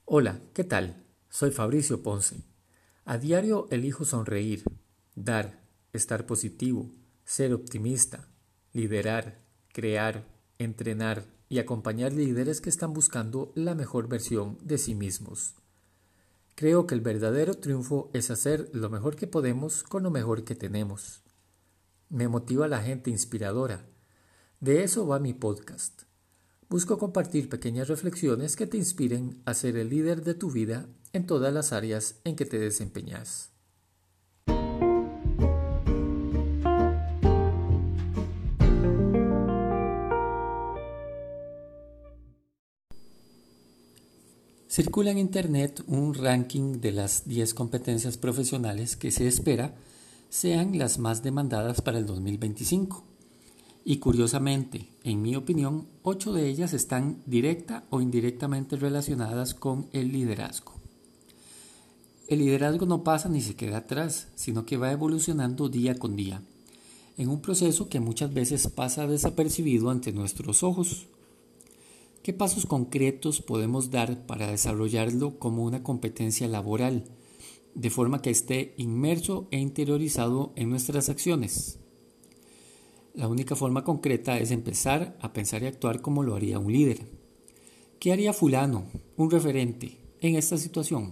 Hola, ¿qué tal? Soy Fabricio Ponce. A diario elijo sonreír, dar, estar positivo, ser optimista, liderar, crear, entrenar y acompañar líderes que están buscando la mejor versión de sí mismos. Creo que el verdadero triunfo es hacer lo mejor que podemos con lo mejor que tenemos. Me motiva la gente inspiradora. De eso va mi podcast. Busco compartir pequeñas reflexiones que te inspiren a ser el líder de tu vida en todas las áreas en que te desempeñas. Circula en Internet un ranking de las 10 competencias profesionales que se espera sean las más demandadas para el 2025. Y curiosamente, en mi opinión, 8 de ellas están directa o indirectamente relacionadas con el liderazgo. El liderazgo no pasa ni se queda atrás, sino que va evolucionando día con día, en un proceso que muchas veces pasa desapercibido ante nuestros ojos. ¿Qué pasos concretos podemos dar para desarrollarlo como una competencia laboral, de forma que esté inmerso e interiorizado en nuestras acciones? La única forma concreta es empezar a pensar y actuar como lo haría un líder. ¿Qué haría fulano, un referente, en esta situación?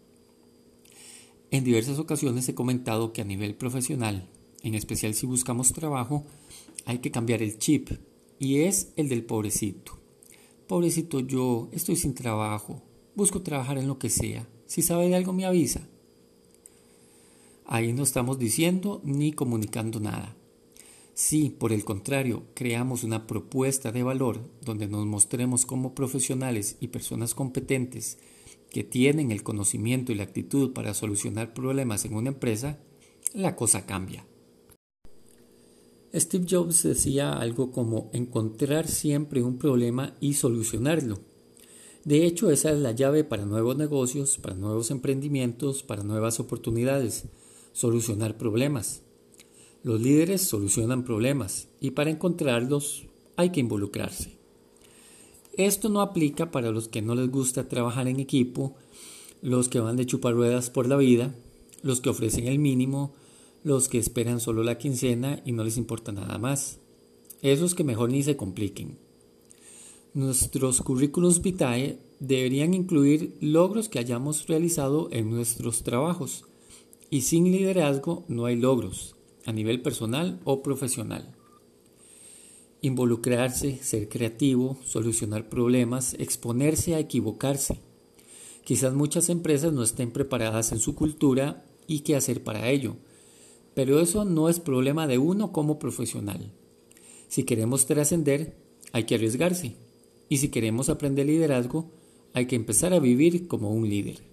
En diversas ocasiones he comentado que a nivel profesional, en especial si buscamos trabajo, hay que cambiar el chip, y es el del pobrecito. Pobrecito yo, estoy sin trabajo, busco trabajar en lo que sea, si sabe de algo me avisa. Ahí no estamos diciendo ni comunicando nada. Si, por el contrario, creamos una propuesta de valor donde nos mostremos como profesionales y personas competentes que tienen el conocimiento y la actitud para solucionar problemas en una empresa, la cosa cambia. Steve Jobs decía algo como encontrar siempre un problema y solucionarlo. De hecho, esa es la llave para nuevos negocios, para nuevos emprendimientos, para nuevas oportunidades, solucionar problemas. Los líderes solucionan problemas y para encontrarlos hay que involucrarse. Esto no aplica para los que no les gusta trabajar en equipo, los que van de chuparruedas por la vida, los que ofrecen el mínimo, los que esperan solo la quincena y no les importa nada más. Esos que mejor ni se compliquen. Nuestros currículums vitae deberían incluir logros que hayamos realizado en nuestros trabajos. Y sin liderazgo no hay logros, a nivel personal o profesional. Involucrarse, ser creativo, solucionar problemas, exponerse a equivocarse. Quizás muchas empresas no estén preparadas en su cultura y qué hacer para ello, pero eso no es problema de uno como profesional. Si queremos trascender, hay que arriesgarse, y si queremos aprender liderazgo, hay que empezar a vivir como un líder.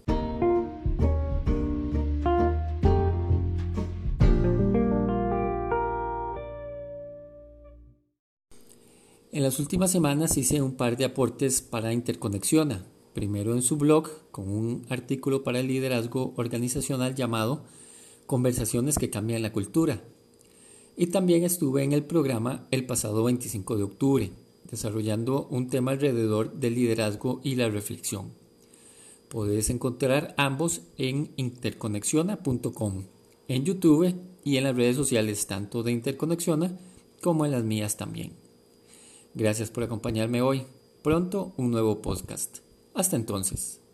En las últimas semanas hice un par de aportes para Interconexiona, primero en su blog con un artículo para el liderazgo organizacional llamado Conversaciones que cambian la cultura, y también estuve en el programa el pasado 25 de octubre, desarrollando un tema alrededor del liderazgo y la reflexión. Podés encontrar ambos en interconexiona.com, en YouTube y en las redes sociales tanto de Interconexiona como en las mías también. Gracias por acompañarme hoy. Pronto un nuevo podcast. Hasta entonces.